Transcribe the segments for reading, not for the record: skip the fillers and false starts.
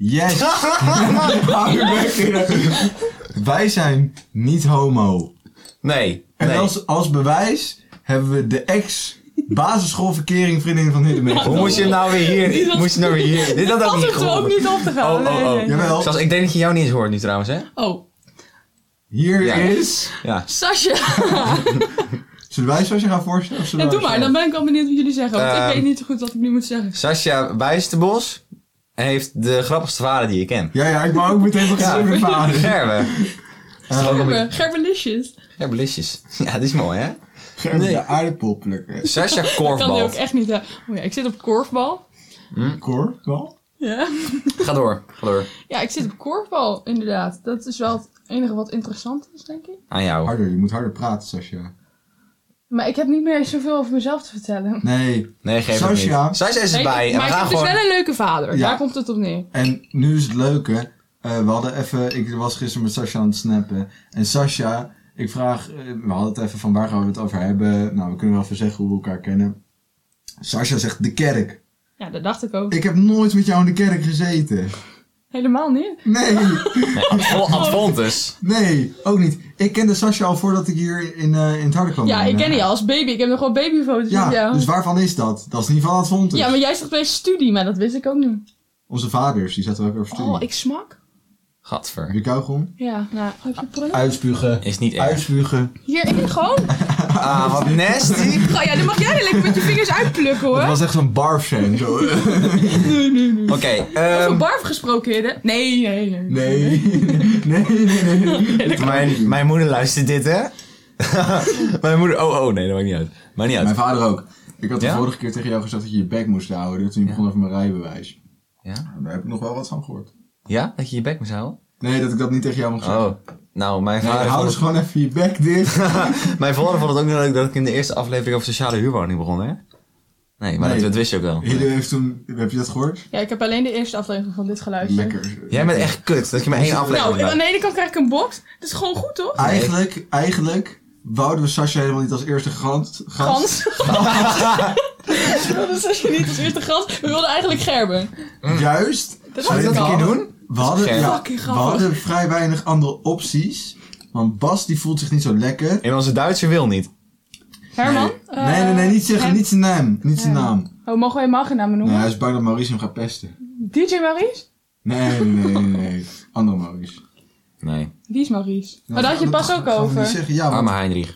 Yes! Hou je bek in. Wij zijn niet homo. Nee. En als bewijs hebben we de ex-basisschoolverkering vriendin van Hidde meegenomen. Hoe moest je nou weer hier? Dit had ook niet het ook niet op te gaan. Nee. Jawel. Zoals, ik denk dat je jou niet eens hoort nu trouwens, hè? Oh, Hier is... Ja. Sascha. Zullen wij Sascha gaan voorstellen? Of zullen Ja, wij doe maar. Dan ben ik wel benieuwd wat jullie zeggen. Want ik weet niet zo goed wat ik nu moet zeggen. Sascha Wijstenbos heeft de grappigste vader die je kent. Ja, ik wou ook meteen nog een vader. Gerben. Gerbelisjes. Gerbelisjes. Ja, dat is mooi, hè? De aardappel plukken. Sascha Dat kan hij ook korfbal. echt niet. Oh ja, ik zit op korfbal. Korfbal? Ja. Ga door. Ja, ik zit op korfbal, inderdaad. Dat is wel het enige wat interessant is, denk ik. Aan jou. Je moet harder praten, Sascha. Maar ik heb niet meer zoveel over mezelf te vertellen. Nee, Nee, geef Sascha. het niet. Sascha is Nee, erbij. En maar we ik gaan heb dus gewoon... wel een leuke vader. Ja. Daar komt het op neer. En nu is het leuke. We hadden even... Ik was gisteren met Sascha aan het snappen. En Sascha, ik vraag... we hadden het even van waar gaan we het over hebben. Nou, we kunnen wel even zeggen hoe we elkaar kennen. Sascha zegt de kerk. Ja, dat dacht ik ook. Ik heb nooit met jou in de kerk gezeten. Helemaal niet. Nee, Adfontes. nee, ook niet. Ik kende Sascha al voordat ik hier in het harde kwam. Ja, ik ken je als baby. Ik heb nog wel babyfoto's van Ja, jou. dus waarvan is dat? Dat is niet van Adfontes. Ja, maar jij zegt bij studie, maar dat wist ik ook niet. Onze vaders, die zaten ook over studie. Oh, ik smak? Heb Gadver. je kauwgom? Ja, nou, heb je prullen? Uitspugen. Is niet erg. Uitspugen. Hierin gewoon? Ah, wat nasty. Oh ja, dan mag jij er lekker met je vingers uitplukken, hoor. Het was echt zo'n barfscène. Zo. Oké, Over barf gesproken, Hidde? Nee. Nee. mijn moeder luistert dit, hè? Mijn moeder... Oh, nee, dat maakt niet uit. Maakt niet uit. Mijn vader ook. Ik had de Ja? vorige keer tegen jou gezegd dat je je bek moest houden. Toen je begon over mijn rijbewijs. Ja? Daar heb ik nog wel wat van gehoord. Ja? Dat je je bek moest houden? Nee, dat ik dat niet tegen jou mocht zeggen. Oh. Nou, mijn Nee, vader... hou dus gewoon even je bek dicht. Mijn vader vond het ook niet leuk dat ik in de eerste aflevering over sociale huurwoning begon, hè? Nee, maar Nee. dat wist je ook wel. Hidde heeft toen... Heb je dat gehoord? Ja, ik heb alleen de eerste aflevering van dit geluisterd. Lekker. Jij bent echt kut, dat je maar één aflevering Nou, aan hebt. de ene kant krijg ik een box. Dat is gewoon goed, toch? Eigenlijk wouden we Sascha helemaal niet als eerste gast. Gans. We wilden Sascha niet als eerste gast. We wilden eigenlijk Gerben. Juist. Dat Zou je dat een keer doen? We hadden, Fucking we grappig. hadden vrij weinig andere opties. Want Bas die voelt zich niet zo lekker. En onze Duitser wil niet. Herman? Nee, niet zeggen. Niet zijn naam. Niet zijn naam. Oh, mogen wij hem namen noemen? Nee, hij is bang dat Maurice hem gaat pesten. DJ Maurice? Nee. Andere Maurice. Nee. Wie is Maurice? Maar daar had je het pas ook Gaan we over. niet zeggen. Ja, Arme want Heinrich.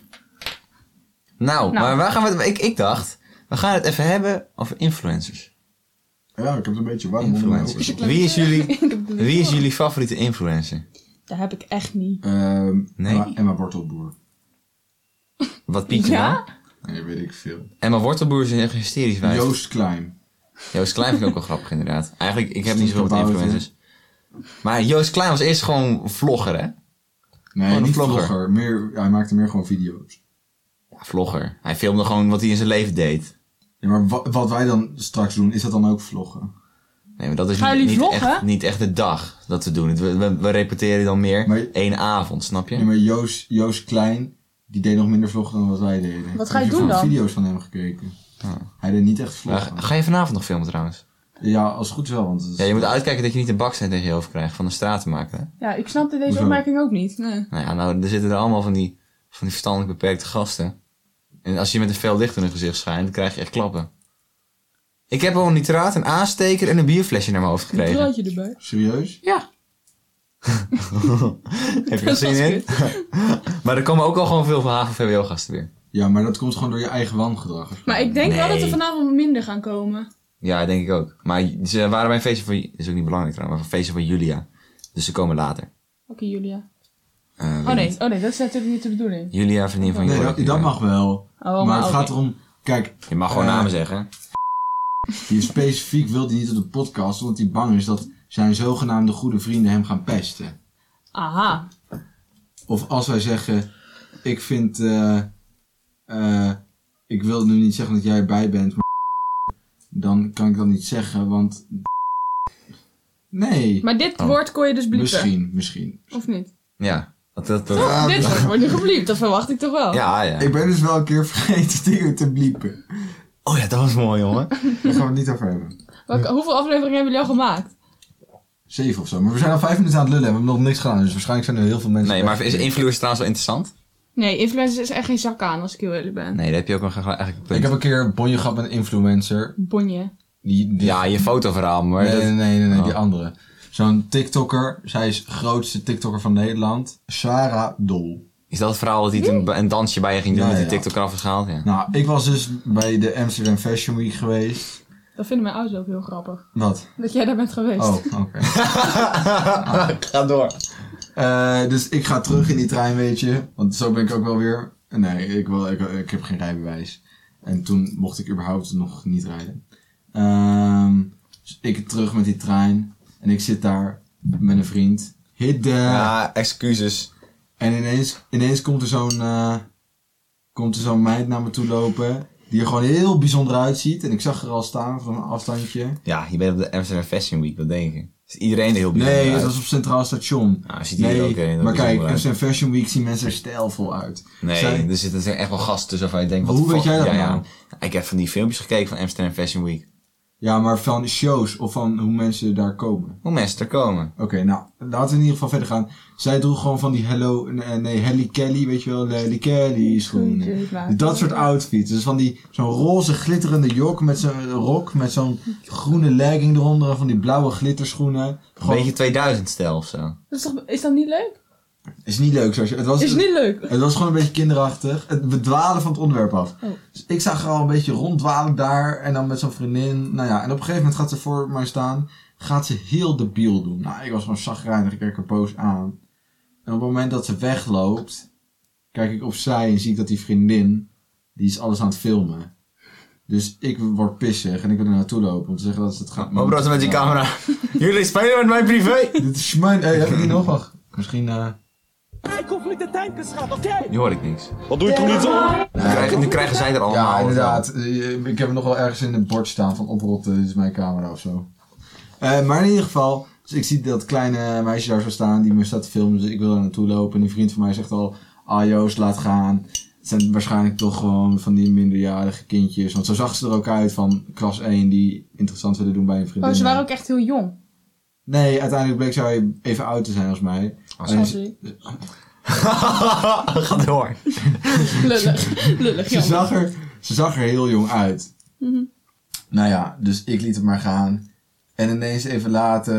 Nou, maar waar gaan we het... Ik dacht, we gaan het even hebben over influencers. ja, ik heb het een beetje warm onder mijn ogen. Influencers. Wie is jullie favoriete influencer? Dat heb ik echt niet. Nee? Emma Wortelboer. Wat Pietje Ja? nou? Nee, weet ik veel. Emma Wortelboer is echt hysterisch wijs. Joost Klein. Joost Klein vind ik ook wel grappig inderdaad. Eigenlijk, ik heb niet zoveel met Stiekem influencers. Maar Joost Klein was eerst gewoon vlogger, hè? Nee, Gewoon een niet vlogger. vlogger. Hij maakte meer gewoon video's. Ja, vlogger. Hij filmde gewoon wat hij in zijn leven deed. Ja, maar wat wij dan straks doen, is dat dan ook vloggen? Nee, maar dat is Gaan jullie vloggen? niet echt de dag dat we doen. We repeteren dan meer Maar- één avond, snap je? Ja, maar Joost Klein, die deed nog minder vloggen dan wat wij deden. Wat ga je Heb doen van dan? video's van hem gekeken. Ja. Hij deed niet echt Maar vloggen. ga je vanavond nog filmen trouwens? Ja, als het goed is wel, want... het is- Ja, je moet uitkijken dat je niet een baksteen tegen je hoofd krijgt van de straat te maken. Hè? Ja, ik snapte deze Hoezo? opmerking ook niet. Nee. Nou ja, nou, er zitten er allemaal van die verstandelijk beperkte gasten. En als je met een veel licht in hun gezicht schijnt, dan krijg je echt klappen. Ik heb al een nitraat, een aansteker en een bierflesje naar mijn hoofd Een gekregen. draadje erbij. Serieus? Ja. Heb je er zin in? Maar er komen ook al gewoon veel van HAVO-VWO-gasten weer. Ja, maar dat komt gewoon door je eigen wangedrag. Maar ik denk wel Nee. dat er vanavond minder gaan komen. Ja, denk ik ook. Maar ze waren bij een feestje van... is ook niet belangrijk trouwens, maar een feestje van Julia. Dus ze komen later. Oké, Julia. Weet Oh nee, niet. dat is natuurlijk niet de bedoeling. Julia, vriendin van Nee, Julia. dat mag wel. Oh, maar het oké. gaat erom... Kijk, Je mag gewoon namen zeggen. die specifiek wil die niet op de podcast, omdat hij bang is dat zijn zogenaamde goede vrienden hem gaan pesten. Aha. Of als wij zeggen, ik vind... ik wil nu niet zeggen dat jij erbij bent, maar... Dan kan ik dat niet zeggen, want... Nee. Maar dit Oh. woord kon je dus bliepen. Misschien. Of niet? Ja. Dat, Ja, Dit woord wordt nu gebliept, dat verwacht ik toch wel. ja. Ik ben dus wel een keer vergeten dingen te bliepen. Oh ja, dat was mooi, jongen. Daar gaan we het niet over hebben. Hoeveel afleveringen hebben jullie al gemaakt? 7 of zo. Maar we zijn al 5 minuten aan het lullen en we hebben nog niks gedaan. Dus waarschijnlijk zijn er heel veel mensen... Nee, maar is influencer trouwens wel interessant? Nee, influencers is echt geen zak aan, als ik heel eerlijk ben. Nee, daar heb je ook nog eigenlijk een punt. Ik heb een keer een bonje gehad met een influencer. Bonje. Die Ja, je fotoverhaal, maar... Nee, Oh. die andere. Zo'n TikToker. Zij is de grootste TikToker van Nederland. Sarah Dol. Is dat het verhaal dat hij toen een dansje bij je ging doen Ja, met die ja. TikTok eraf is gehaald? Ja. Nou, ik was dus bij de Amsterdam Fashion Week geweest. Dat vinden mijn ouders ook heel grappig. Wat? Dat jij daar bent geweest. Oh, oké. Ga door. Dus ik ga terug in die trein, weet je. Want zo ben ik ook wel weer... Nee, ik heb geen rijbewijs. En toen mocht ik überhaupt nog niet rijden. Dus ik terug met die trein. En ik zit daar met een vriend. Ja, excuses. En ineens komt er zo'n meid naar me toe lopen. Die er gewoon heel bijzonder uitziet. En ik zag haar al staan van een afstandje. Ja, je bent op de Amsterdam Fashion Week, wat denk je? Is iedereen er heel bijzonder Nee, uit? het was op Centraal Station. Nou, ziet hier ook heel maar kijk, bijzonder uit. Amsterdam Fashion Week zien mensen er stijlvol uit. Nee, er zitten echt wel gasten tussen waarvan je denkt... Hoe wat de weet fuck? jij dat ja, nou? Ja. Ik heb van die filmpjes gekeken van Amsterdam Fashion Week. Ja, maar van de shows of van hoe mensen daar komen. Hoe mensen er komen. Oké, nou, laten we in ieder geval verder gaan. Zij droeg gewoon van die Helly Kelly, weet je wel, Helly Kelly schoenen. Dat soort outfits. Dus van zo'n roze glitterende jok met zo'n rok, met zo'n groene legging eronder en van die blauwe glitterschoenen. Een Gewoon, beetje 2000 stijl of zo. Is dat niet leuk? is niet leuk zoals je... Is niet leuk? Het was gewoon een beetje kinderachtig. We dwalen van het onderwerp af. Oh. Dus ik zag haar al een beetje ronddwalen daar. En dan met zo'n vriendin. Nou ja, en op een gegeven moment gaat ze voor mij staan. Gaat ze heel debiel doen. Nou, ik was gewoon chagrijnig. Ik kijk haar boos aan. En op het moment dat ze wegloopt. Kijk ik opzij en zie ik dat die vriendin. Die is alles aan het filmen. Dus ik word pissig. En ik wil er naartoe lopen. Om te zeggen dat ze het gaat... Maar bro, met die camera. Jullie spelen met mijn privé. Dit is mijn... Hey, heb ik die nog? Wacht. Misschien... Ik hoef niet te tanken, schat, oké? Nu hoor ik niks. Wat doe je toen niet zo? Nu krijgen zij er allemaal. Ja, inderdaad. Ik heb het nog wel ergens in het bord staan van oprotten. Dit is mijn camera of zo. Maar in ieder geval, dus ik zie dat kleine meisje daar zo staan die me staat te filmen. Dus ik wil er naartoe lopen. En die vriend van mij zegt al, Joost, laat gaan. Het zijn waarschijnlijk toch gewoon van die minderjarige kindjes. Want zo zag ze er ook uit van klas 1 die interessant willen doen bij een vriendin. Oh, ze waren ook echt heel jong. Nee, uiteindelijk bleek zij even oud te zijn als mij. En Sorry. Ga door. Lullig, jongen. Ze zag er heel jong uit. Nou ja, dus ik liet het maar gaan. En ineens even later,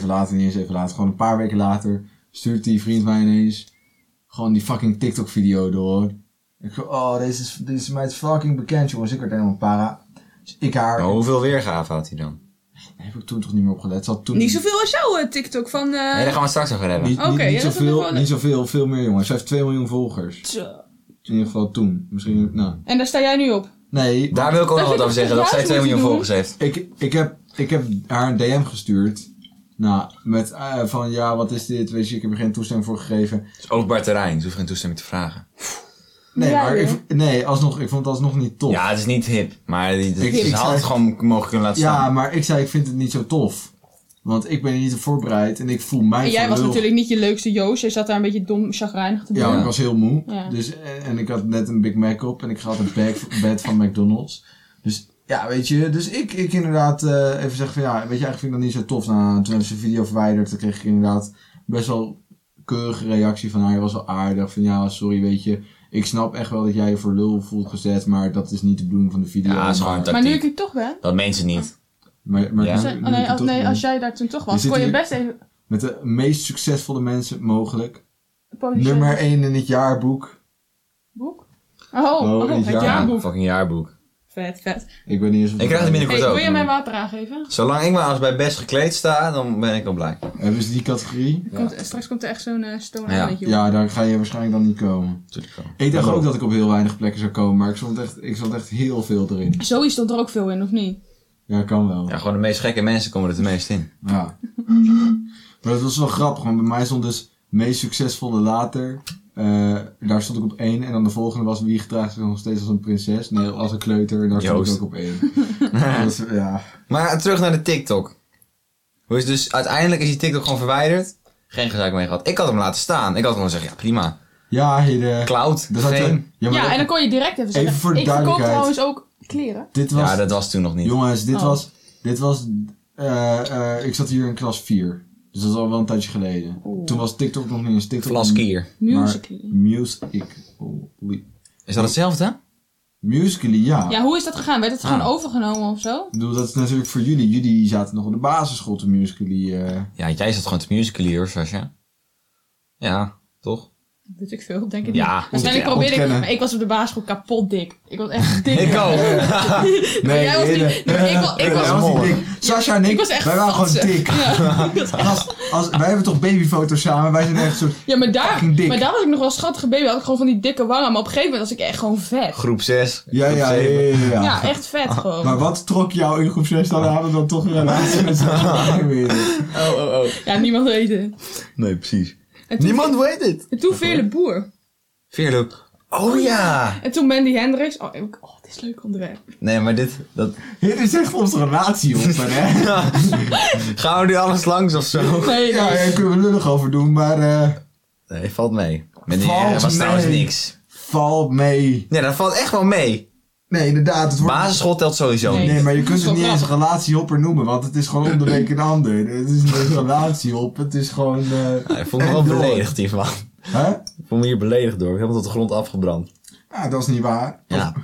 gewoon een paar weken later, stuurt die vriend mij ineens gewoon die fucking TikTok video door. Ik go, oh, deze is mij fucking bekend, jongens. Ik werd helemaal para. Dus ik haar... Maar hoeveel weergave had hij dan? Heb ik toen toch niet meer opgelet. Ze had toen... Niet zoveel als jouw TikTok van... Nee, daar gaan we straks over hebben. Oké, ja, dat is nog wel leuk. niet zoveel, veel meer, jongens. Ze heeft 2 miljoen volgers. Zo. In ieder geval toen. Misschien, nou. En daar sta jij nu op? Nee. Daar wil ik ook nog Dat wat over zeggen, dat zij juist 2 miljoen moeten volgers heeft. Ik heb haar een DM gestuurd. Nou, met van ja, wat is dit? Weet je, ik heb er geen toestemming voor gegeven. Het is openbaar terrein, ze hoeft geen toestemming te vragen. Nee, Ja, maar joh. alsnog, ik vond het alsnog niet tof. Ja, het is niet hip, maar Ik ze had zei- het gewoon mogen kunnen laten Ja, staan. maar ik zei, ik vind het niet zo tof. Want ik ben er niet op voorbereid en ik voel mij En jij voor was lul. natuurlijk niet je leukste Joost. Jij zat daar een beetje dom chagrijnig te doen. Ja, ik was heel moe. Ja. Dus, en ik had net een Big Mac op en ik had een bed van McDonald's. Dus ja, weet je, dus ik inderdaad even zeggen van ja, weet je, eigenlijk vind ik dat niet zo tof. Nou, toen hebben ze de video verwijderd, toen kreeg ik inderdaad best wel keurige reactie van haar. Je was wel aardig, van ja, sorry, weet je. Ik snap echt wel dat jij je voor lul voelt gezet, maar dat is niet de bedoeling van de video. Ja, dat is gewoon een Maar nu ik tactiek. er toch ben... Dat meent ze niet. Maar Ja? nu ik het toch ben, als jij daar toen toch Je was, zit kon je hier- best even... met de meest succesvolle mensen mogelijk. potentieel- Nummer 1 in het jaarboek. Boek? Oh, het het jaar- jaarboek. Fucking jaarboek. Vet. Ik weet niet eens of Ik krijg het binnenkort Hey, ook. wil je mij water aangeven? Zolang ik maar als bij best gekleed sta, dan ben ik al blij. Hebben ze die categorie? Straks komt er echt zo'n stoner Ja. aan met je. Ja, daar ga je waarschijnlijk dan niet komen. Natuurlijk wel. Ik dacht Ja, ook dat ik op heel weinig plekken zou komen, maar ik stond echt heel veel erin. Zoe stond er ook veel in, of niet? Ja, kan wel. Ja, gewoon de meest gekke mensen komen er het meest in. Ja. Maar dat was wel grappig, want bij mij stond dus meest succesvolle later. Daar stond ik op 1 en dan de volgende was wie gedraagt zich nog steeds als een prinses. Nee, als een kleuter. Daar stond Joost. ik ook op 1. Dus, ja. Maar terug naar de TikTok. Hoe is dus, uiteindelijk is die TikTok gewoon verwijderd. Geen gezeik mee gehad. Ik had hem laten staan. Ik had gewoon zeggen, ja prima. Ja, Hidde. Cloud, Dat had geen... ja, maar Ja, dat- en dan kon je direct even zeggen... Even voor de ik verkoop duidelijkheid. trouwens ook kleren. dit was... Ja, dat was toen nog niet. Jongens, dit Oh. was... ik zat hier in klas 4. Dus dat is al wel een tijdje geleden. Oeh. Toen was TikTok nog niet eens TikTok. Flaskier. Musical.ly. Musical.ly. Is dat hetzelfde? Musical.ly, ja. Ja, hoe is dat gegaan? Werd het gewoon overgenomen of zo? Ik bedoel, dat is natuurlijk voor jullie. Jullie zaten nog op de basisschool toen Musical.ly... Ja, jij zat gewoon te Musical.ly hoor, Sascha. Ja, toch? Weet ik veel, denk ik Ja, niet. Waarschijnlijk probeerde ik... ontkennen. Maar ik was op de basisschool kapot dik. Ik was echt dik. Ik ook. Nee, jij was niet... nee, Nee, maar ik was Wij was niet mollig. dik. Sascha en ik, Ik was echt wij waren gewoon vatzig. dik. Ja, ik was echt- Wij hebben toch babyfoto's samen. Wij zijn echt zo... ja, maar daar Fucking dik. was ik nog wel een schattige baby. Had ik gewoon van die dikke wangen. Maar op een gegeven moment was ik echt gewoon vet. Groep 6. Ja, groep ja, ja, 7. ja, ja. Ja, echt vet gewoon. Maar wat trok jou in groep 6 dan aan dan toch een relatie met Sascha? Oh. Ja, niemand weet het. Nee, precies. En toen, Niemand weet het. En toen Veerle Boer. Veerle. Oh ja. En toen Mandy Hendricks. Oh, dit is leuk onderwerp. Nee, maar dit... Dit is echt onze relatie, hoor, hè? Gaan we nu alles langs of zo? Nee, Ja, nee. daar kunnen we lullig over doen, maar Nee, valt mee. Met die Valt was trouwens mee. niks. valt mee. Ja, dat valt echt wel mee. Nee, inderdaad. Het wordt... Basisschool telt sowieso Nee. niet. Nee, maar je Dat kunt is het wel niet eens grappig. relatiehopper noemen, want het is gewoon om de week een ander. Het is niet een relatiehop, het is gewoon... Ja, ik voel me wel en door. beledigd hiervan. Hè? Ik voel me hier beledigd door. Ik heb hem tot de grond afgebrand. Ja, dat is niet waar. Ja.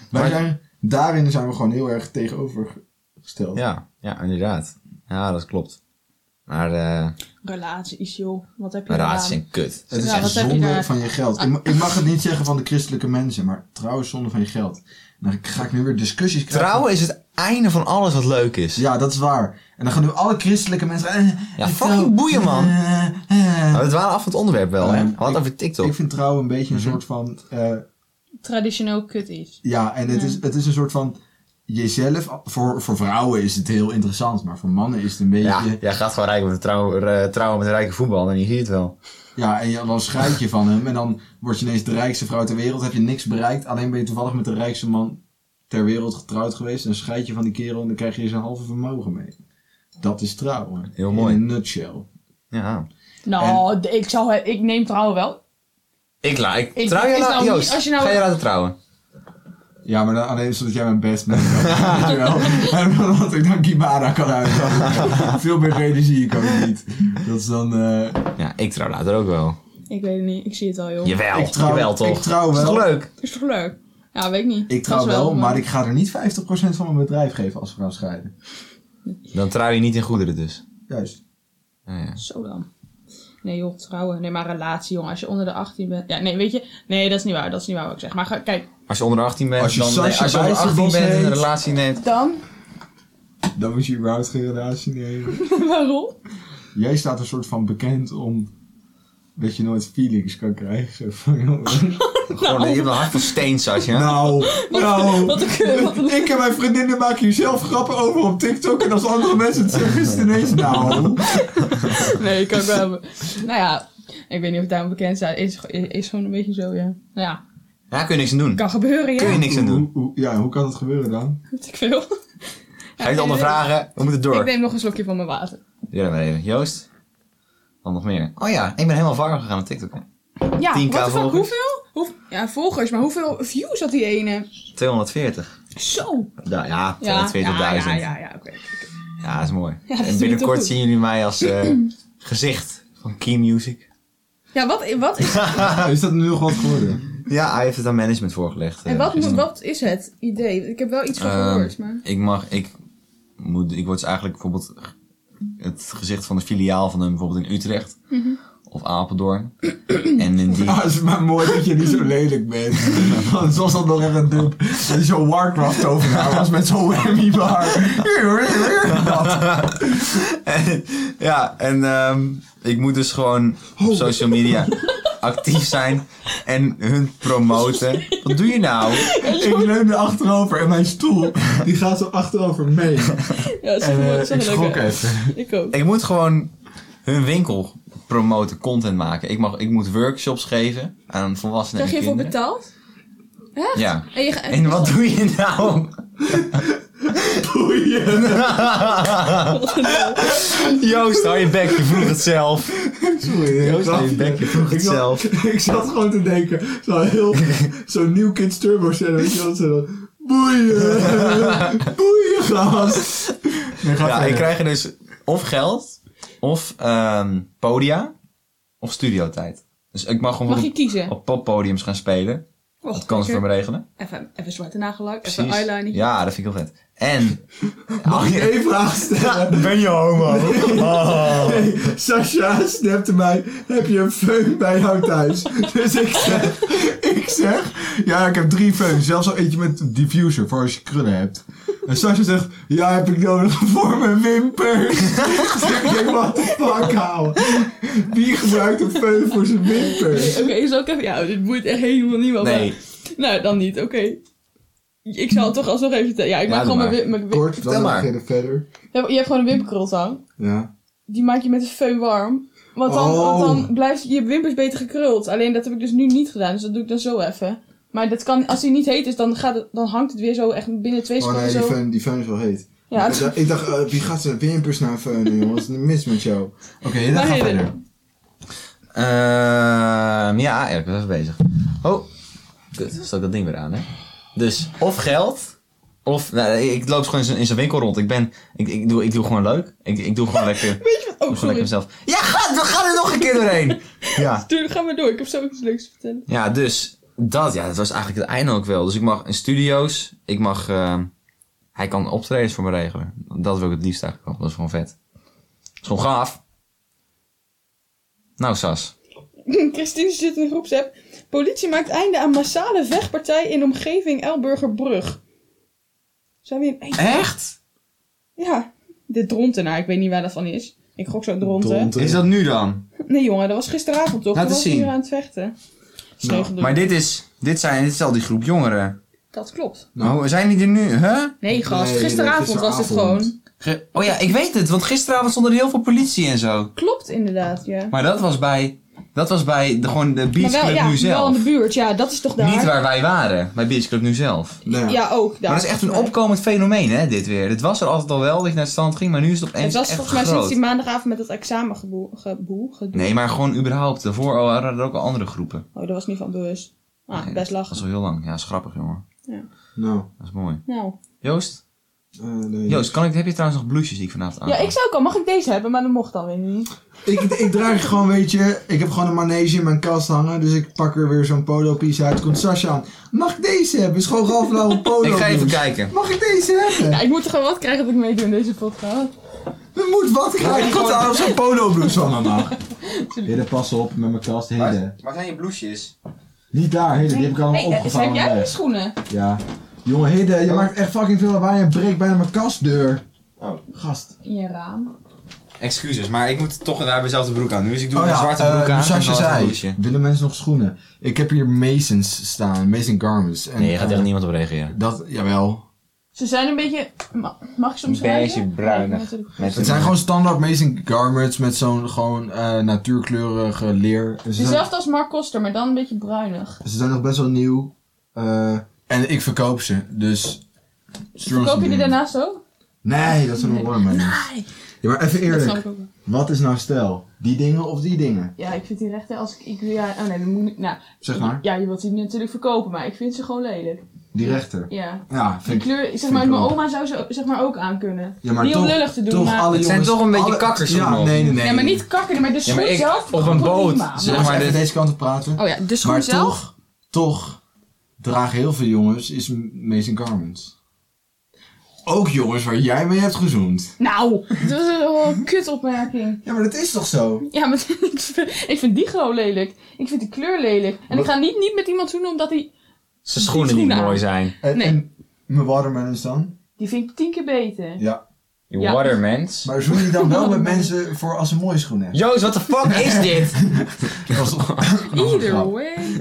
Daarin zijn we gewoon heel erg tegenovergesteld. Ja, inderdaad. Ja, dat klopt. Maar Relaties, joh. Wat heb je relaties gedaan? zijn kut. Het is Ja, echt wat heb je zonde daar- van je geld. Ik mag het niet zeggen van de christelijke mensen, maar trouwens zonde van je geld. Dan ga ik nu weer discussies krijgen. Trouwen is het einde van alles wat leuk is. Ja, dat is waar. En dan gaan nu alle christelijke mensen... Ja, fucking boeien, man. Maar het waren af van het onderwerp wel, hè? We hadden het over TikTok. Ik vind trouwen een beetje een soort van... Traditioneel kut iets. ja, en het is een soort van... Jezelf, voor vrouwen is het heel interessant, maar voor mannen is het een beetje... Ja, jij gaat gewoon rijken met trouwen met een rijke voetbal en je ziet het wel. Ja, en dan schreit je van hem en dan word je ineens de rijkste vrouw ter wereld. Heb je niks bereikt, alleen ben je toevallig met de rijkste man ter wereld getrouwd geweest. En schreit je van die kerel en dan krijg je zijn halve vermogen mee. Dat is trouwen. Heel mooi. In een nutshell. Ja. Nou, ik neem trouwen wel. Ik trouw je is nou, nou niet- Joost, als je nou- ga je laten trouwen? Ja, maar dan alleen zodat jij mijn best bent. Weet je wel. En dat ik dan Kimara kan uithouden. Veel meer energie kan ik niet. Dat is dan... Ja, ik trouw later ook wel. Ik weet het niet. Ik zie het al, joh. Jawel, Ik trouw- jawel toch? ik trouw Is wel. toch leuk? Is toch leuk? Ja, weet ik niet. Ik trouw Vast wel, maar ik ga er niet 50% van mijn bedrijf geven als we gaan scheiden. Dan trouw je niet in goederen dus. Juist. Ja. Zo dan. Nee joh, trouwen. Nee, maar relatie, jongen. Als je onder de 18 bent... Ja, nee, weet je... Nee, dat is niet waar. Dat is niet waar wat ik zeg. Maar kijk, Als je onder de 18 bent, Als je dan, Sascha als je onder de 18 Bijsterbos bent en een heet. relatie neemt. dan... Dan moet je überhaupt geen relatie nemen. Waarom? Jij staat een soort van bekend om dat je nooit feelings kan krijgen. Zo van, joh. Gewoon, je hebt een hart van steen, Sascha. Nou, Wat een... ik en mijn vriendinnen maken hier zelf grappen over op TikTok. En als andere mensen het zeggen, is het ineens nou. Nee, ik kan ook wel hebben. Nou ja, ik weet niet of ik daarom bekend sta. Is gewoon een beetje zo, ja. Nou ja, Ja, kun je niks aan doen. kan gebeuren, ja. Kun je niks aan doen. Hoe kan dat gebeuren dan? Weet ik veel. Ga je het ondervragen? We moeten door. Ik neem nog een slokje van mijn water. Doe dat maar even. Joost? Wat nog meer? Oh ja, ik ben helemaal viral gegaan op TikTok. Hè. Ja, 10.000 wat de fuck, volgers. hoeveel? Ja, volgers, maar hoeveel views had die ene? 240. Zo. Ja, Ja, 240.000. ja, oké. Ja, dat is mooi. Ja, dat is en niet binnenkort te goed. zien jullie mij als gezicht van Key Music. Ja, wat is... Is dat nu nog wat geworden? Ja, hij heeft het aan management voorgelegd. En wat is het idee? Ik heb wel iets van gehoord, maar... Ik word dus eigenlijk bijvoorbeeld het gezicht van de filiaal van hem bijvoorbeeld in Utrecht. Of Apeldoorn. En in die... Ah, het is maar mooi dat je niet zo lelijk bent. Want zoals dat nog even een dub. Dat is zo'n Warcraft overnaam was met zo'n whammy bar. Ik moet dus gewoon op social media actief zijn en hun promoten. Wat doe je nou? Ik leun er achterover en mijn stoel die gaat zo achterover mee. Ja, dat is En wel- dat is wel ik leuk, schrok hè. even. Ik ook. Ik moet gewoon hun winkel promoten, content maken. Ik moet workshops geven aan volwassenen Krijg je en ervoor kinderen. betaald? Echt? Ja. En En wat doe je nou? Joost, hou je bek, je vroeg het zelf. Sorry, Joost, hou je bek, je vroeg het zelf. Ik zat gewoon te denken, zo'n New Kids Turbo channel, weet je wel, zo boeien, gast. Nee, ga Ja, verder. ik krijg er dus of geld Of podia. Of studiotijd. Dus ik mag gewoon Mag je kiezen? op poppodiums gaan spelen. Dat kan ze voor me regelen. Even zwarte nagellak, even Precies. eyeliner. Ja, dat vind ik heel vet. En... Mag ik één vraag stellen? Ben je homo? Hey, Sascha snapte mij, heb je een föhn bij jou thuis? Dus ik zeg, ja, ik heb 3 föhns. Zelfs al eentje met diffuser, voor als je krullen hebt. En Sascha zegt, ja, heb ik nodig voor mijn wimpers. Dus ik denk, what the fuck, ouwe. Wie gebruikt een föhn voor zijn wimpers? Oké, zal ik even... Ja, dit boeit echt helemaal niemand. Nee. Maar- nou, dan niet, oké. Ik zal het toch alsnog even vertellen. Ja, ik maak doe gewoon maar. mijn Kort, Vertel dan maar. ga je verder. Je hebt gewoon een wimperkrultang. Ja. Die maak je met een föhn warm. Want dan blijft je wimpers beter gekruld. Alleen dat heb ik dus nu niet gedaan. Dus dat doe ik dan zo even. Maar dat kan, als die niet heet is, dan hangt het weer zo echt binnen 2 Oh seconden nee, zo. die föhn is wel heet. Ja, Ik dacht, wie gaat zijn wimpers naar föhnen, jongen? Wat is er mis met jou? Oké, dan Maar ga nee, verder. Ja, ik ben even bezig. Oh, kut, stak ik dat ding weer aan, hè? Dus, of geld, of... Nou, ik loop gewoon in zijn winkel rond. Ik doe gewoon leuk. Ik doe gewoon lekker... Weet je wat? Oh, Gewoon lekker sorry. mezelf. Ja, ga er nog een keer doorheen! Ja. Ga maar door. Ik heb zoiets leuks te vertellen. Ja, dus dat was eigenlijk het einde ook wel. Dus ik mag in studio's, hij kan optredens voor me regelen. Dat wil ik het liefst eigenlijk wel. Dat is gewoon vet. Dat is gewoon gaaf. Nou, Sas. Christine zit in de groepsapp. Politie maakt einde aan massale vechtpartij in omgeving Elburgerbrug. Zijn we in... Echt? Ja, de Drontenaar. Ik weet niet waar dat van is. Ik gok zo Dronten. Dronten. Is dat nu dan? Nee jongen, dat was gisteravond toch? Laat Toen eens was zien. hier aan het vechten. Sneu gedoe. Maar dit is al die groep jongeren. Dat klopt. Nou, zijn die er nu? Huh? Nee gast, Nee, gisteravond was het gisteravond. gewoon. Oh ja, ik weet het. Want gisteravond stond er heel veel politie en zo. Klopt inderdaad, ja. Maar dat was bij gewoon de Beach Maar wel, Club ja, nu zelf. wel in de buurt. Ja, dat is toch daar? Niet waar wij waren. Bij Beach Club nu zelf. Nee. Ja, ook daar. Maar dat is echt een volgens mij. opkomend fenomeen, hè, dit weer. Dit was er altijd al wel, dat je naar het strand ging, maar nu is het opeens Het was echt volgens mij groot. sinds die maandagavond met het examengedoe. Nee, maar gewoon überhaupt. Daarvoor waren er ook al andere groepen. Oh, dat was niet van bewust. Ah, Nee, best Dat lachen. is al heel lang. Ja, dat is grappig, jongen. Nou. Dat is mooi. Nou. Joost? Nee. Joost, heb je trouwens nog blouses die ik vanavond aan Ja, kan? ik zou ook al. Mag ik deze hebben? Maar dat mocht dan weer niet. Ik draag gewoon, weet je, ik heb gewoon een manege in mijn kast hangen, dus ik pak er weer zo'n polo piece uit. Komt Sascha aan. Mag ik deze hebben? Is gewoon Ralph Lauren polo. Ik ga even blouse. kijken. Mag ik deze hebben? Ja, ik moet er gewoon wat krijgen dat ik meedoe in deze podcast. We moet wat krijgen. gewoon- Komt aan of zo'n polo blouse van me mag. Hidde, pas op met mijn kast. Hidde. Waar zijn je blouses? Niet daar, Hidde. Die heb ik allemaal Hey, opgevangen. heb jij weg. die schoenen? Ja. Jongen, Hidde, je maakt echt fucking veel lawaai en breekt bijna mijn kastdeur. Oh. Gast. In je raam. Excuses, maar ik moet toch daar dezelfde broek aan. Dus ik doe Oh een ja, zwarte broek aan en Sascha dan een zei, blouseje. willen mensen nog schoenen? Ik heb hier Masons staan, Mason Garments. En, Nee, je gaat tegen niemand op reageren. Dat, jawel. Ze zijn een beetje... Mag ik ze Een omschrijven? beige bruinig. Nee, natuurlijk. Het zijn gewoon standaard Mason Garments met zo'n gewoon natuurkleurige leer. Ze zijn, Dezelfde als Mark Koster, maar dan een beetje bruinig. ze zijn nog best wel nieuw. En ik verkoop ze, dus... Verkoop je die daarnaast ook? Nee, dat zijn nog Watermelons. Nee. Ja, maar even Dat snap eerlijk. ik ook wel. Wat is nou stijl? Die dingen of die dingen? Ja, ik vind die rechten als ik ja, oh nee, dan moet ik... Nou, Zeg maar. Ja, je wilt die natuurlijk verkopen, maar ik vind ze gewoon lelijk. Die rechter. Ja. Ja, Die vind ik... kleur, zeg vind maar, ik mijn wel. oma zou ze zeg maar ook aan kunnen. Ja, maar niet om toch- lullig te doen, toch maar... alle Het zijn jongens- toch een beetje alle- kakkers, Ja, of nee. Ja, maar niet kakken, maar de schoen maar ik- zelf... op een boot, prima. zeg Mag maar ik even dit- deze kant op praten? Oh ja, de schoen Maar zelf... toch dragen heel veel jongens is Mason Garments. Ook jongens waar jij mee hebt gezoend. Nou, dat is wel een kutopmerking. Ja, maar dat is toch zo? Ja, maar ik vind die gewoon lelijk. Ik vind de kleur lelijk. En ik ga niet met iemand zoenen omdat hij... Zijn schoenen niet schoenen mooi aan. zijn. En, Nee. en mijn watermelons dan? Die vind ik 10 keer beter. Ja. Je Ja. watermans. Maar zoen je dan wel met mensen voor als ze mooie schoenen hebben? Joost, what the fuck is dit? Either way.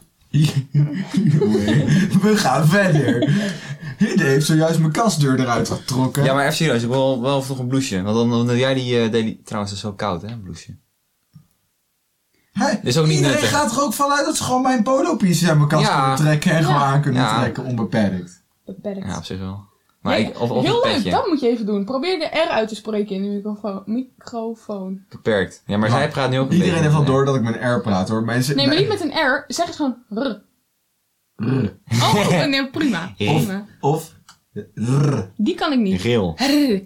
We gaan verder. Hidde heeft zojuist mijn kastdeur eruit getrokken. Ja, maar even serieus, ik wil wel nog een blouseje. Want dan doe jij die daily... Trouwens, het is zo koud, hè, een blouseje. Hé, is ook niet iedereen nuttig. gaat er ook vanuit dat ze gewoon mijn polo-pieces uit mijn kast Ja. kunnen trekken en gewoon aan kunnen Ja. trekken, onbeperkt. Beperkt. Ja, op zich wel. Maar Nee, ik, of heel een leuk, petje. dat moet je even doen. Probeer de R uit te spreken in de microfoon. Beperkt. Ja, maar zij praat nu ook een Iedereen beetje heeft wel met- door dat ik met een R praat hoor. Mensen, Nee, maar niet met een R. Zeg eens gewoon R. R. Oh, nee, prima. Of, Prima. of Die kan ik niet. Ril.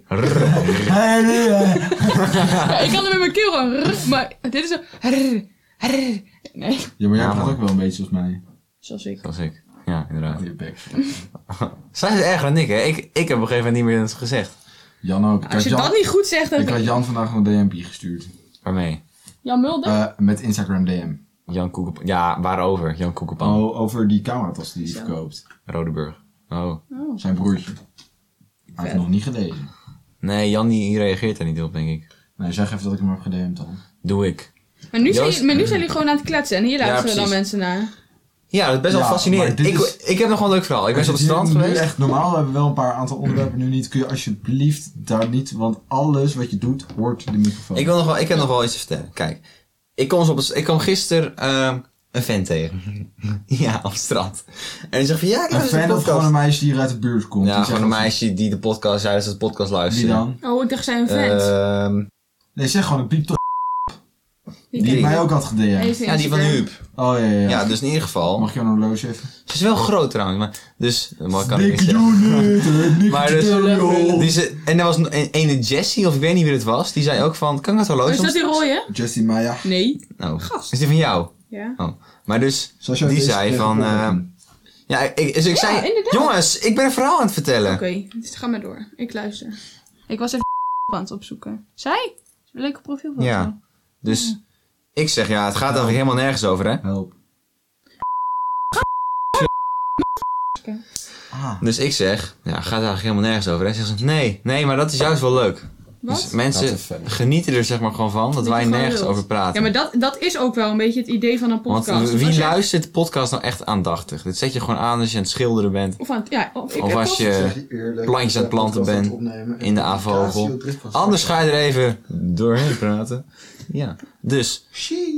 Ja, ik kan hem met mijn keel gewoon maar dit is zo... Nee, Ja, maar jij Ja, praat man. ook wel een beetje als mij. zoals ik. Zoals ik. Ja, inderdaad. Je bek. Zij is erger dan ik, hè. Ik heb op een gegeven moment niet meer eens gezegd. Jan ook. Als je dat niet goed zegt, dan... Ik had Jan vandaag een DM'pje gestuurd. Waarmee? Jan Mulder? Met Instagram DM. Jan Koekepan. Ja, waarover? Jan Koekepan. Oh, over die cameratas die hij Zo. verkoopt. Rodeburg. Oh. Zijn broertje. Hij heeft het nog niet gelezen. Nee, Jan die reageert daar niet op, denk ik. Nee, zeg even dat ik hem heb gedM'd dan. Doe ik. Maar nu, Joost- zijn jullie gewoon aan het kletsen en hier luisteren dan precies. mensen naar. Ja, dat is best wel Ja, fascinerend. maar dit is- Ik heb nog wel een leuk verhaal. Ik ben op het strand Nu geweest. echt normaal, we hebben wel een paar aantal onderwerpen nu niet. Kun je alsjeblieft daar niet, want alles wat je doet, hoort de microfoon. Ik heb nog wel iets te vertellen. Kijk, ik kwam gisteren een vent tegen. Ja, op het strand. En die zegt van, ja, ik Een heb fan of gewoon een meisje die hier uit de buurt komt? Ja, Die gewoon zegt een dat- meisje die de podcast, tijdens de podcast Wie luistert. dan? Oh, ik dacht zij een vent. Nee, zeg gewoon een piep toch. die Die ken mij ik. ook had gedM'd. Heeft Ja, die van Instagram. Huub. Oh ja. Ja, dus in ieder geval. Mag je een horloge even? Ze is wel groot trouwens, maar dus... Maar kan ik niet Dikke zeggen. unit, Maar dus, en er was een ene Jessie, of ik weet niet wie het was, die zei ook van, kan ik dat Oh, horloge is dat die soms- rode? Jessie Maya. Nee. Nou, Gast. is die van jou? Ja. Oh. Maar dus, Zoals jij die deze zei tegen van, Paul ja, dus ik zei, inderdaad. jongens, ik ben een verhaal aan het vertellen. Oké, dus ga maar door. Ik luister. Ik was even aan het opzoeken. Zij? Een leuke profielfoto. Ja. Dus, ik zeg, ja, het gaat eigenlijk helemaal nergens over, hè. Help. Ah. Dus ik zeg, ja, het gaat eigenlijk helemaal nergens over, hè. Zegt ze, nee, maar dat is juist wel leuk. Wat? Dus mensen Dat is vet. genieten er zeg maar gewoon van, dat je wij gewoon nergens lult. over praten. Ja, maar dat is ook wel een beetje het idee van een Want podcast. Dus wie als je- luistert de podcast nou echt aandachtig? Dit zet je gewoon aan als je aan het schilderen bent. Of aan het... Ja, of ik Of heb als ook- je plantjes aan het planten bent in de A-vogel. Anders ga je er even doorheen praten. Ja, dus.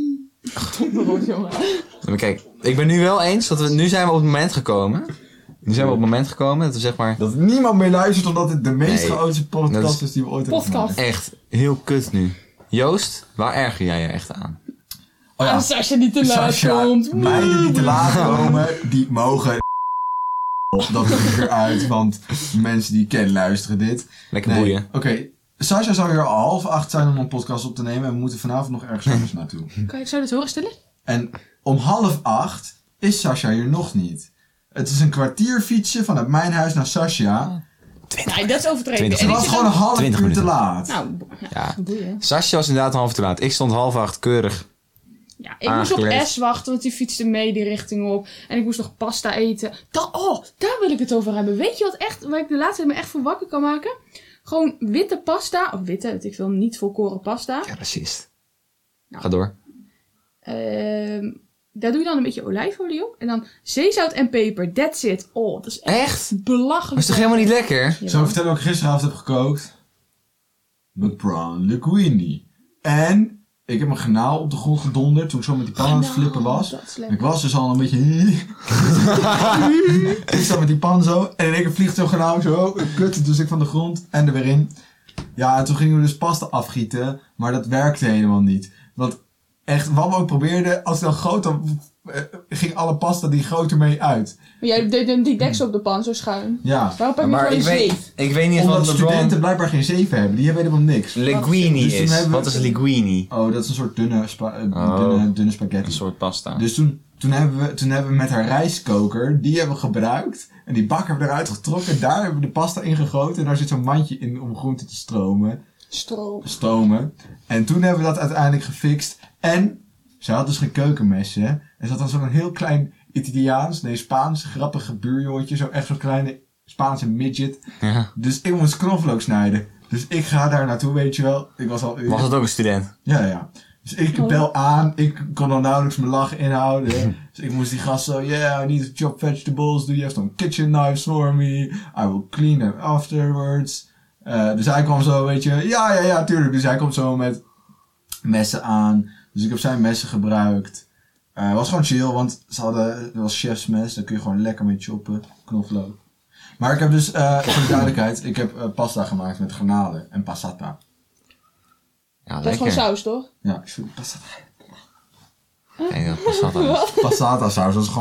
Maar kijk, ik ben nu wel eens dat nu zijn we op het moment gekomen. Nu zijn we op het moment gekomen dat we zeg maar Dat niemand meer luistert omdat het de meest Nee, chaotische podcast dat is- is die we ooit hebben Podcast. gemaakt. echt heel kut nu. Joost, waar erger jij je echt aan? Oh ja, Als Sascha niet te laat Sascha, komt. meiden die te laat komen, die mogen... Dat is eruit, want mensen die ik ken luisteren dit. Lekker boeien. Oké, Sascha zou hier al 7:30 zijn om een podcast op te nemen en we moeten vanavond nog ergens anders naartoe. Kan ik zo dit horen stellen? En om 7:30 is Sascha hier nog niet. Het is een kwartier fietsen vanuit mijn huis naar Sascha. Nee, dat is overdreven. 20 Ze En ik was zit gewoon een ook- half 20 uur te minuten. laat. Nou, Ja. boeien. Sascha was inderdaad een half te laat. Ik stond 7:30 keurig. Ja, ik moest op Aangekleed. S wachten, want die fietste mee die richting op. En ik moest nog pasta eten. Daar wil ik het over hebben. Weet je wat echt, waar ik de laatste tijd me echt voor wakker kan maken? Gewoon witte pasta. Of witte, weet ik veel, niet volkoren pasta. Ja, racist. Nou. Ga door. Daar doe je dan een beetje olijfolie op. En dan zeezout en peper. That's it. Oh, dat is echt Echt? belachelijk. Dat is toch helemaal niet lekker? Ja. Zal ik vertellen wat ik gisteravond heb gekookt? McBrown linguine. En ik heb mijn garnaal op de grond gedonderd toen ik zo met die pan aan het flippen was. Dat is lekker. Ik was dus al een beetje... ik zat met die pan zo en in één keer vliegt zo'n garnaal zo. Kut, dus ik van de grond en er weer in. Ja, en toen gingen we dus pasta afgieten, maar dat werkte helemaal niet. Want echt, wat we ook probeerden, als het dan groot, dan ging alle pasta die groter mee uit. Maar jij deed die deksel op de pan zo schuin. Ja, Waarom pak je Maar niet gewoon ik een weet, zeef? ik weet niet omdat wat studenten LeBron blijkbaar geen zeven hebben. Die hebben helemaal niks. linguine Dus toen is. hebben we- Wat is linguine? Oh, dat is een soort dunne Een spaghetti. soort pasta. Dus toen hebben we met haar rijstkoker, die hebben we gebruikt. En die bak hebben we eruit getrokken. Daar hebben we de pasta in gegoten. En daar zit zo'n mandje in om groenten te stomen. En toen hebben we dat uiteindelijk gefixt. En ze had dus geen keukenmessen. En ze had dan zo'n heel klein Spaans grappige buurjongetje. Zo echt zo'n kleine Spaanse midget. Ja. Dus ik moest knoflook snijden. Dus ik ga daar naartoe, weet je wel. Was het ook een student? Ja. Dus ik bel aan, ik kon dan nauwelijks mijn lach inhouden. Dus ik moest die gast zo, yeah, I need to chop vegetables. Do you have some kitchen knives for me? I will clean them afterwards. Dus hij kwam zo, weet je, ja, tuurlijk. Dus hij komt zo met messen aan. Dus ik heb zijn messen gebruikt. Het was gewoon chill, want het was chefsmes. Daar kun je gewoon lekker mee choppen, knoflook. Maar ik heb dus, voor de duidelijkheid, ik heb pasta gemaakt met garnalen en passata. Ja, Dat is gewoon lekker. saus, toch? Ja, passata. Nee, dat was dat dan. Passata saus, dat is gewoon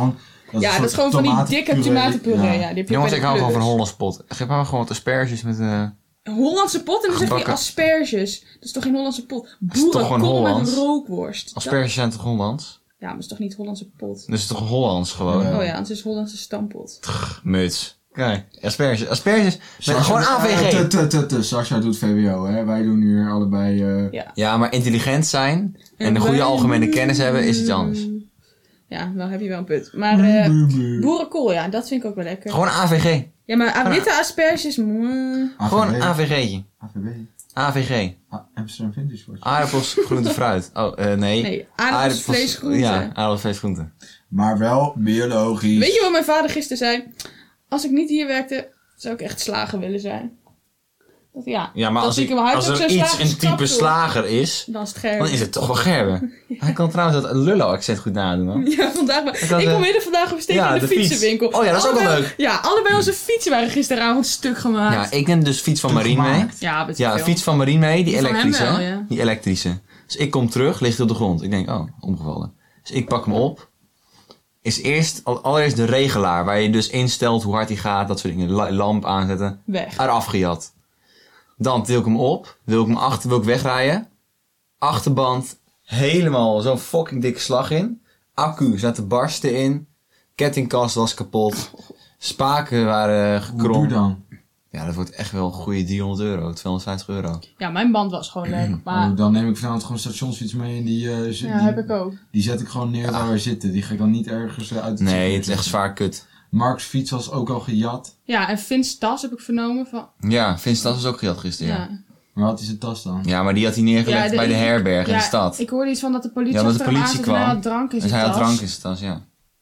Ja, dat is gewoon van die dikke tomatenpuree. Ja, die heb je Jongens, bij ik de hou gewoon van Plus. Hollands pot. Geef maar gewoon wat asperges met... Een Hollandse pot en dan zeg je Gebakken. asperges. Dat is toch geen Hollandse pot? is toch gewoon Boerenkool met Hollands? rookworst. Asperges zijn toch Hollands? Ja, maar dat is toch niet Hollandse pot? Dus het is toch Hollands gewoon? Oh ja, het is Hollandse stampot. Muts. Kijk, asperges. Met gewoon AVG. Sascha doet VWO, hè. Wij doen hier allebei... Ja, maar intelligent zijn en een goede algemene kennis hebben is iets anders. Ja, nou heb je wel een punt. Maar boerenkool, ja, dat vind ik ook wel lekker. Gewoon AVG. Ja, maar witte asperges... Gewoon AVG'tje. AVB. AVG. Amsterdam Vintage Watch. Aardappels, groente, fruit. Oh, nee. Nee, aardappels, vlees, groente. Ja, aardappels, vlees, groente. Maar wel biologisch. Weet je wat mijn vader gisteren zei? Als ik niet hier werkte, zou ik echt slager willen zijn. Dat, Ja, maar dat als, zie ik in mijn huis als ook er zo'n iets een type slagersgrap, slager is, Dan is het Gerben. dan is het toch wel Gerben. Hij kan trouwens dat Lullo-accent goed nadoen, hoor. Ja, vandaag. Ik had, Ik kom midden vandaag op steken ja, in de de fiets. fietsenwinkel. Oh ja, dat is ook wel Allebei- leuk. Ja, allebei onze fietsen waren gisteravond stuk gemaakt. Ja, ik neem dus fiets van Marien mee. Ja, weet ik Ja, veel. fiets van Marien mee, die Die van hem elektrische. wel, ja. Die elektrische. Dus ik kom terug, ligt op de grond. Ik denk, oh, omgevallen. Dus ik pak hem op. Is eerst, allereerst de regelaar, waar je dus instelt hoe hard hij gaat, dat soort dingen. Lamp aanzetten. Weg. Eraf gejat. Dan til ik hem op, wil ik wegrijden. Achterband, helemaal zo'n fucking dikke slag in. Accu zat te barsten in. Kettingkast was kapot. Spaken waren Hoe duur gekromd. dan? Ja, dat wordt echt wel een goede €300, €250. Ja, mijn band was gewoon leuk. Maar Oh, dan neem ik vanavond gewoon stationsfiets mee en die ja, heb ik ook. die zet ik gewoon neer waar we zitten. Die ga ik dan niet ergens uit het Nee, zicht het is echt zwaar kut. Mark's fiets was ook al gejat. Ja, en Vince tas heb ik vernomen van... Ja, Vince dat was ook gejat gisteren, ja. Ja. Maar had hij zijn tas dan? Ja, maar die had hij neergelegd Ja, bij de herberg in Ja, de stad. Ik hoorde iets van dat de politie Ja, omdat de achter hem politie aan zat en hij kwam. had drank in Dus zijn hij tas. had drank in zijn tas, ja.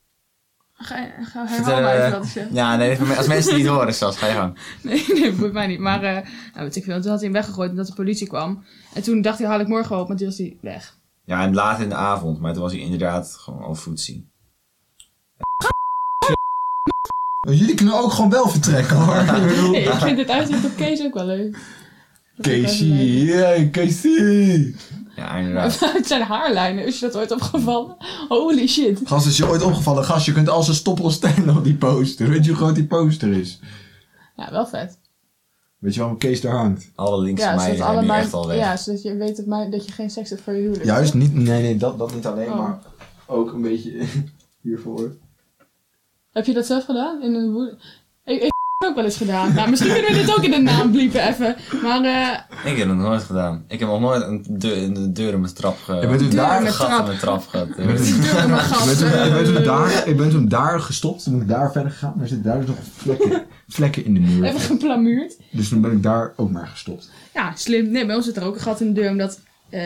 Ga Vertel, herhaal maar even wat ik zeg. ja, nee, als mensen het niet horen, Sas, ga je gang. Nee, boeit mij niet. Maar, nou, weet ik veel. Toen had hij hem weggegooid omdat de politie kwam. En toen dacht hij, haal ik morgen op, maar toen was hij weg. Ja, en later in de avond, maar toen was hij inderdaad gewoon al voetzie. Jullie kunnen ook gewoon wel vertrekken hoor. Ik bedoel- Hey, ik vind dit uitzicht op Kees ook wel leuk. Casey, yeah, Casey. Ja, inderdaad. Het zijn haarlijnen, is je dat ooit opgevallen? Holy shit. Gast, is je ooit opgevallen? Gast, je kunt als een stoppel stellen op die poster. Weet je hoe groot die poster is? Ja, wel vet. Weet je waarom Kees daar hangt? Alle linkse Ja, meiden zodat zijn nu allemaal, echt al weg. ja, zodat je weet dat je geen seks hebt voor je huwelijk. Juist niet, nee, dat niet alleen, Oh. maar ook een beetje hiervoor. Heb je dat zelf gedaan? In een woede? Ik heb het ook wel eens gedaan. Nou, misschien kunnen we dit ook in de naam bliepen even. Maar Ik heb het nog nooit gedaan. Ik heb nog nooit een deur in mijn trap Je bent toen daar met gat trap. in mijn trap gehad. deur in mijn gat. Ik ben toen daar gestopt, toen ben ik daar verder gegaan, maar er zitten daar dus nog vlekken in de muur. Even geplamuurd. Dus toen ben ik daar ook maar gestopt. Ja, slim. Nee, bij ons zit er ook een gat in de deur, omdat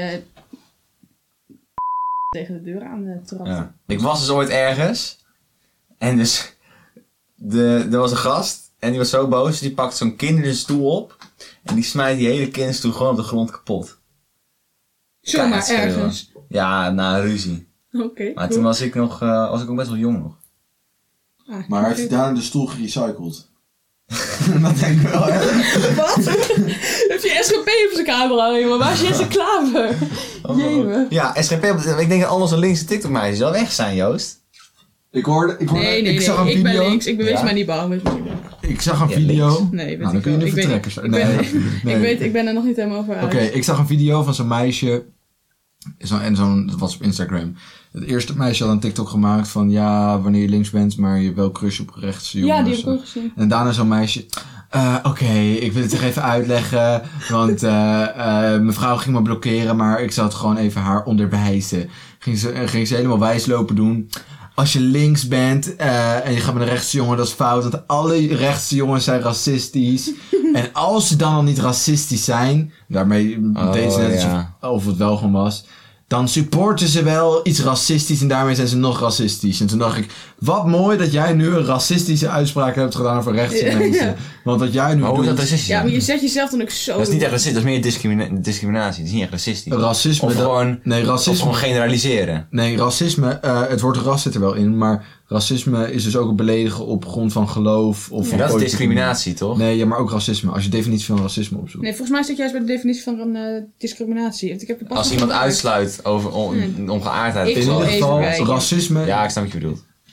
tegen de deur aan trapte. Ja. Ik was dus ooit ergens. En dus... Er was een gast. En die was zo boos. Die pakt zo'n kinderstoel op. En die smijt die hele kinderstoel gewoon op de grond kapot. Zomaar Keihard ergens. schreeuwen. Ja, na een ruzie. Oké. Maar toen was ik ook best wel jong nog. Maar heeft hij daarna de stoel gerecycled? Dat denk ik wel, hè? Wat? Heb je SGP op zijn camera, jongen? Waar is Jesse Klaver? Jemen. Ja, SGP. Ik denk dat al onze linkse TikTok-meisjes wel weg zijn, Joost. Ik hoorde, Nee, ik zag een ik video. ben links. Ik ben wees Ja. maar niet bang. Wees maar niet bang. Ik zag een Ja, video. links. Nee, weet Nou, dan ik kun je wel. nu Ik weet- vertrekken. Nee, ik ben er nog niet helemaal over uit. Oké, ik zag een video van zo'n meisje. Dat was op Instagram. Het eerste meisje had een TikTok gemaakt van ja, wanneer je links bent, maar je hebt wel crush op rechtse jongens. Ja, die heb ik ook gezien. En daarna zo'n meisje. Oké, ik wil het toch even uitleggen. Want mijn vrouw ging me blokkeren, maar ik zou het gewoon even haar onderwijzen. Ging ze helemaal wijs lopen doen. Als je links bent en je gaat met een rechtse jongen, dat is fout. Want alle rechtse jongens zijn racistisch. En als ze dan al niet racistisch zijn, daarmee deed ze net ja. alsof het wel gewoon was. Dan supporten ze wel iets racistisch en daarmee zijn ze nog racistisch. En toen dacht ik, wat mooi dat jij nu een racistische uitspraak hebt gedaan over rechtse mensen. Want wat jij nu Maar hoe is dat doet, racistisch? Ja, maar je dat zet jezelf dan ook zo... is niet echt racistisch, dat is meer discriminatie. Dat is niet echt racistisch. racisme... Of gewoon, nee, of racisme... gewoon generaliseren. Nee, racisme, het woord ras zit er wel in, maar racisme is dus ook het beledigen op grond van geloof of Ja. van Dat is politieke- discriminatie, toch? Nee, ja, maar ook racisme. Als je de definitie van racisme opzoekt. Nee, volgens mij zit juist bij de definitie van discriminatie. Want ik heb er pas Als nog iemand gebruikt. uitsluit om geaardheid. Ik In zal ieder even geval, kijken. racisme... Ja, ik snap wat je bedoelt.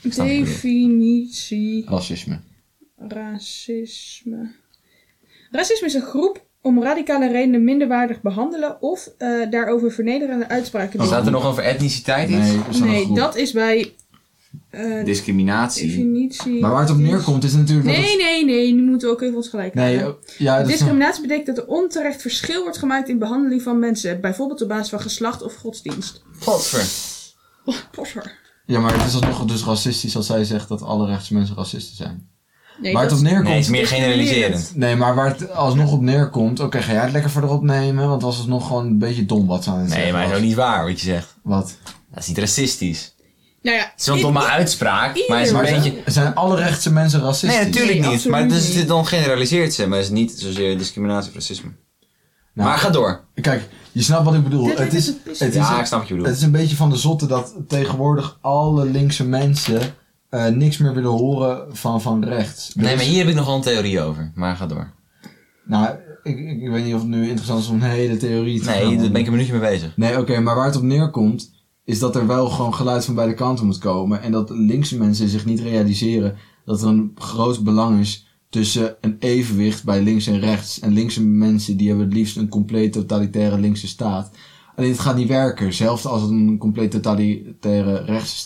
Snap ik Definitie Racisme. racisme. Racisme is een groep om radicale redenen minderwaardig behandelen of daarover vernederende uitspraken doen. Staat er nog over etniciteit iets? Nee, zo'n Nee, groep. dat is bij Discriminatie. definitie. Maar waar het op neerkomt is natuurlijk... dat het- Nee, nu moeten we ook even ons gelijk Nee, houden. ja, dat is Discriminatie betekent dat er onterecht verschil wordt gemaakt in behandeling van mensen, bijvoorbeeld op basis van geslacht of godsdienst. Godver. Posser. ja, maar het is alsnog dus racistisch als zij zegt dat alle rechtse mensen racisten zijn. Nee, Waar het dat op is- neerkomt... Nee, het is meer generaliserend. Nee, maar waar het alsnog op neerkomt... Oké, ga jij het lekker verder opnemen? Want het was alsnog gewoon een beetje dom wat ze aan het Nee, zeggen maar dat is was. ook niet waar wat je zegt. Wat? Dat is niet racistisch. Nou ja, Het is wel een domme uitspraak, maar het is een Maar beetje... Zijn alle rechtse mensen racistisch? Nee, natuurlijk Nee, niet. absoluut Maar dus, niet. dan generaliseert ze, maar het is niet zozeer discriminatie of racisme. Nou, Maar ga door. Kijk, je snapt wat ik bedoel. Dit Het is, is een pis- het, is, Ja, ik snap wat je het bedoelt. is een beetje van de zotte dat tegenwoordig alle linkse mensen niks meer willen horen van rechts. Nee, Dus- maar hier heb ik nog wel een theorie over. Maar ga door. Nou, ik weet niet of het nu interessant is om een hele theorie te gaan Nee, daar doen. ben ik een minuutje mee bezig. Nee, oké, maar waar het op neerkomt, is dat er wel gewoon geluid van beide kanten moet komen. En dat linkse mensen zich niet realiseren dat er een groot belang is tussen een evenwicht bij links en rechts. En linkse mensen die hebben het liefst een compleet totalitaire linkse staat. Alleen het gaat niet werken. Zelfs als het een compleet totalitaire rechtse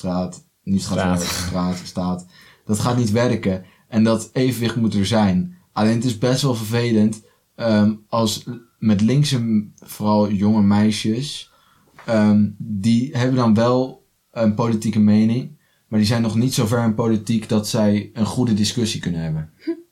staat. Dat gaat niet werken. En dat evenwicht moet er zijn. Alleen het is best wel vervelend als met linkse, vooral jonge meisjes, die hebben dan wel een politieke mening, maar die zijn nog niet zo ver in politiek dat zij een goede discussie kunnen hebben.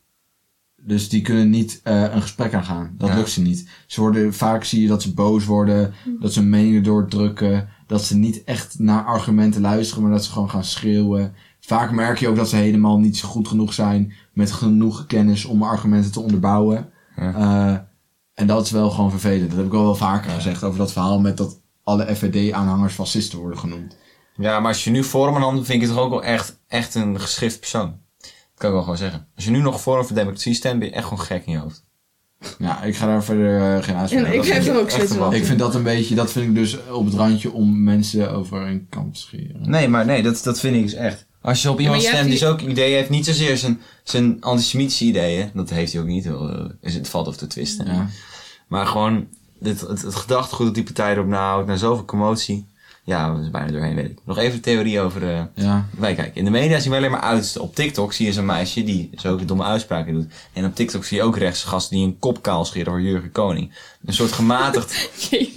Dus die kunnen niet een gesprek aangaan. Dat Ja. lukt ze niet. Ze worden, vaak zie je dat ze boos worden, dat ze meningen doordrukken, dat ze niet echt naar argumenten luisteren, maar dat ze gewoon gaan schreeuwen. Vaak merk je ook dat ze helemaal niet goed genoeg zijn met genoeg kennis om argumenten te onderbouwen. Ja. En dat is wel gewoon vervelend. Dat heb ik al wel vaker gezegd over dat verhaal met dat alle FVD-aanhangers fascisten worden genoemd. Ja, maar als je nu Forum aan hand vind ik het toch ook wel echt een geschift persoon. Dat kan ik wel gewoon zeggen. Als je nu nog Forum voor Democratie stemt, ben je echt gewoon gek in je hoofd. Ja, ik ga daar verder geen uitspraak En ik over heb doen. er ook steeds wel. Ik vind dat een beetje, dat vind ik dus op het randje om mensen over een kant te scheren. Nee, dat vind ik dus echt. Als je op iemand maar jij stemt die hebt zo'n ideeën heeft, niet zozeer zijn antisemitische ideeën, dat heeft hij ook niet, het valt over te twisten. Ja. Maar gewoon het gedachtegoed dat die partij erop nahoudt, na zoveel commotie. Ja, we zijn bijna doorheen, weet ik. Nog even een theorie over... Ja. Wij kijken, in de media zien we alleen maar uitersten. Op TikTok zie je zo'n meisje die zulke domme uitspraken doet. En op TikTok zie je ook rechtse gasten die een kop kaal scheren voor Jurgen Koning. Een soort gematigd...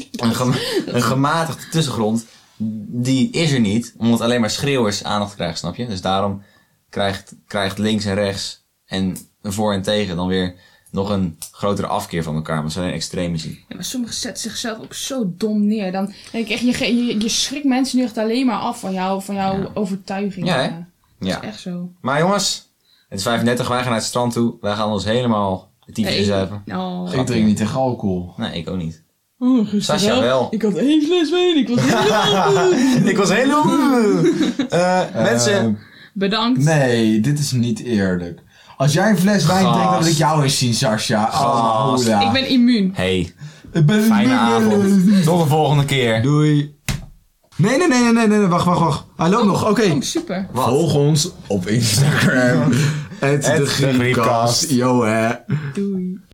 een gematigde tussengrond, die is er niet, omdat alleen maar schreeuwers aandacht krijgen, snap je? Dus daarom krijgt links en rechts en voor en tegen dan weer nog een grotere afkeer van elkaar, want ze alleen extreme zien. Ja, maar sommigen zetten zichzelf ook zo dom neer. Dan denk ik echt, je schrikt mensen nu echt alleen maar af van jouw Ja. overtuiging. Ja, hè? Dat Ja. is echt zo. Maar jongens, het is 35, wij gaan naar het strand toe. Wij gaan ons helemaal de tyfus inzuipen. Oh. Ik drink niet tegen alcohol. Nee, ik ook niet. Oh, gisteren Sascha wel. Ik had 1 fles wijn. Ik was helemaal... Ik was helemaal... mensen... Bedankt. Nee, dit is niet eerlijk. Als jij een fles wijn Gast. drinkt, dan wil ik jou eens zien, Sascha. Oh, Gast. hola. Ik ben immuun. Hey, Ik ben... fijne avond. Tot de volgende keer. Doei. Nee, wacht. Hij loopt nog, oké. Oh, super. Wat? Volg ons op Instagram. Het Het de de Griepkast. Griepkast. Yo hè. Doei.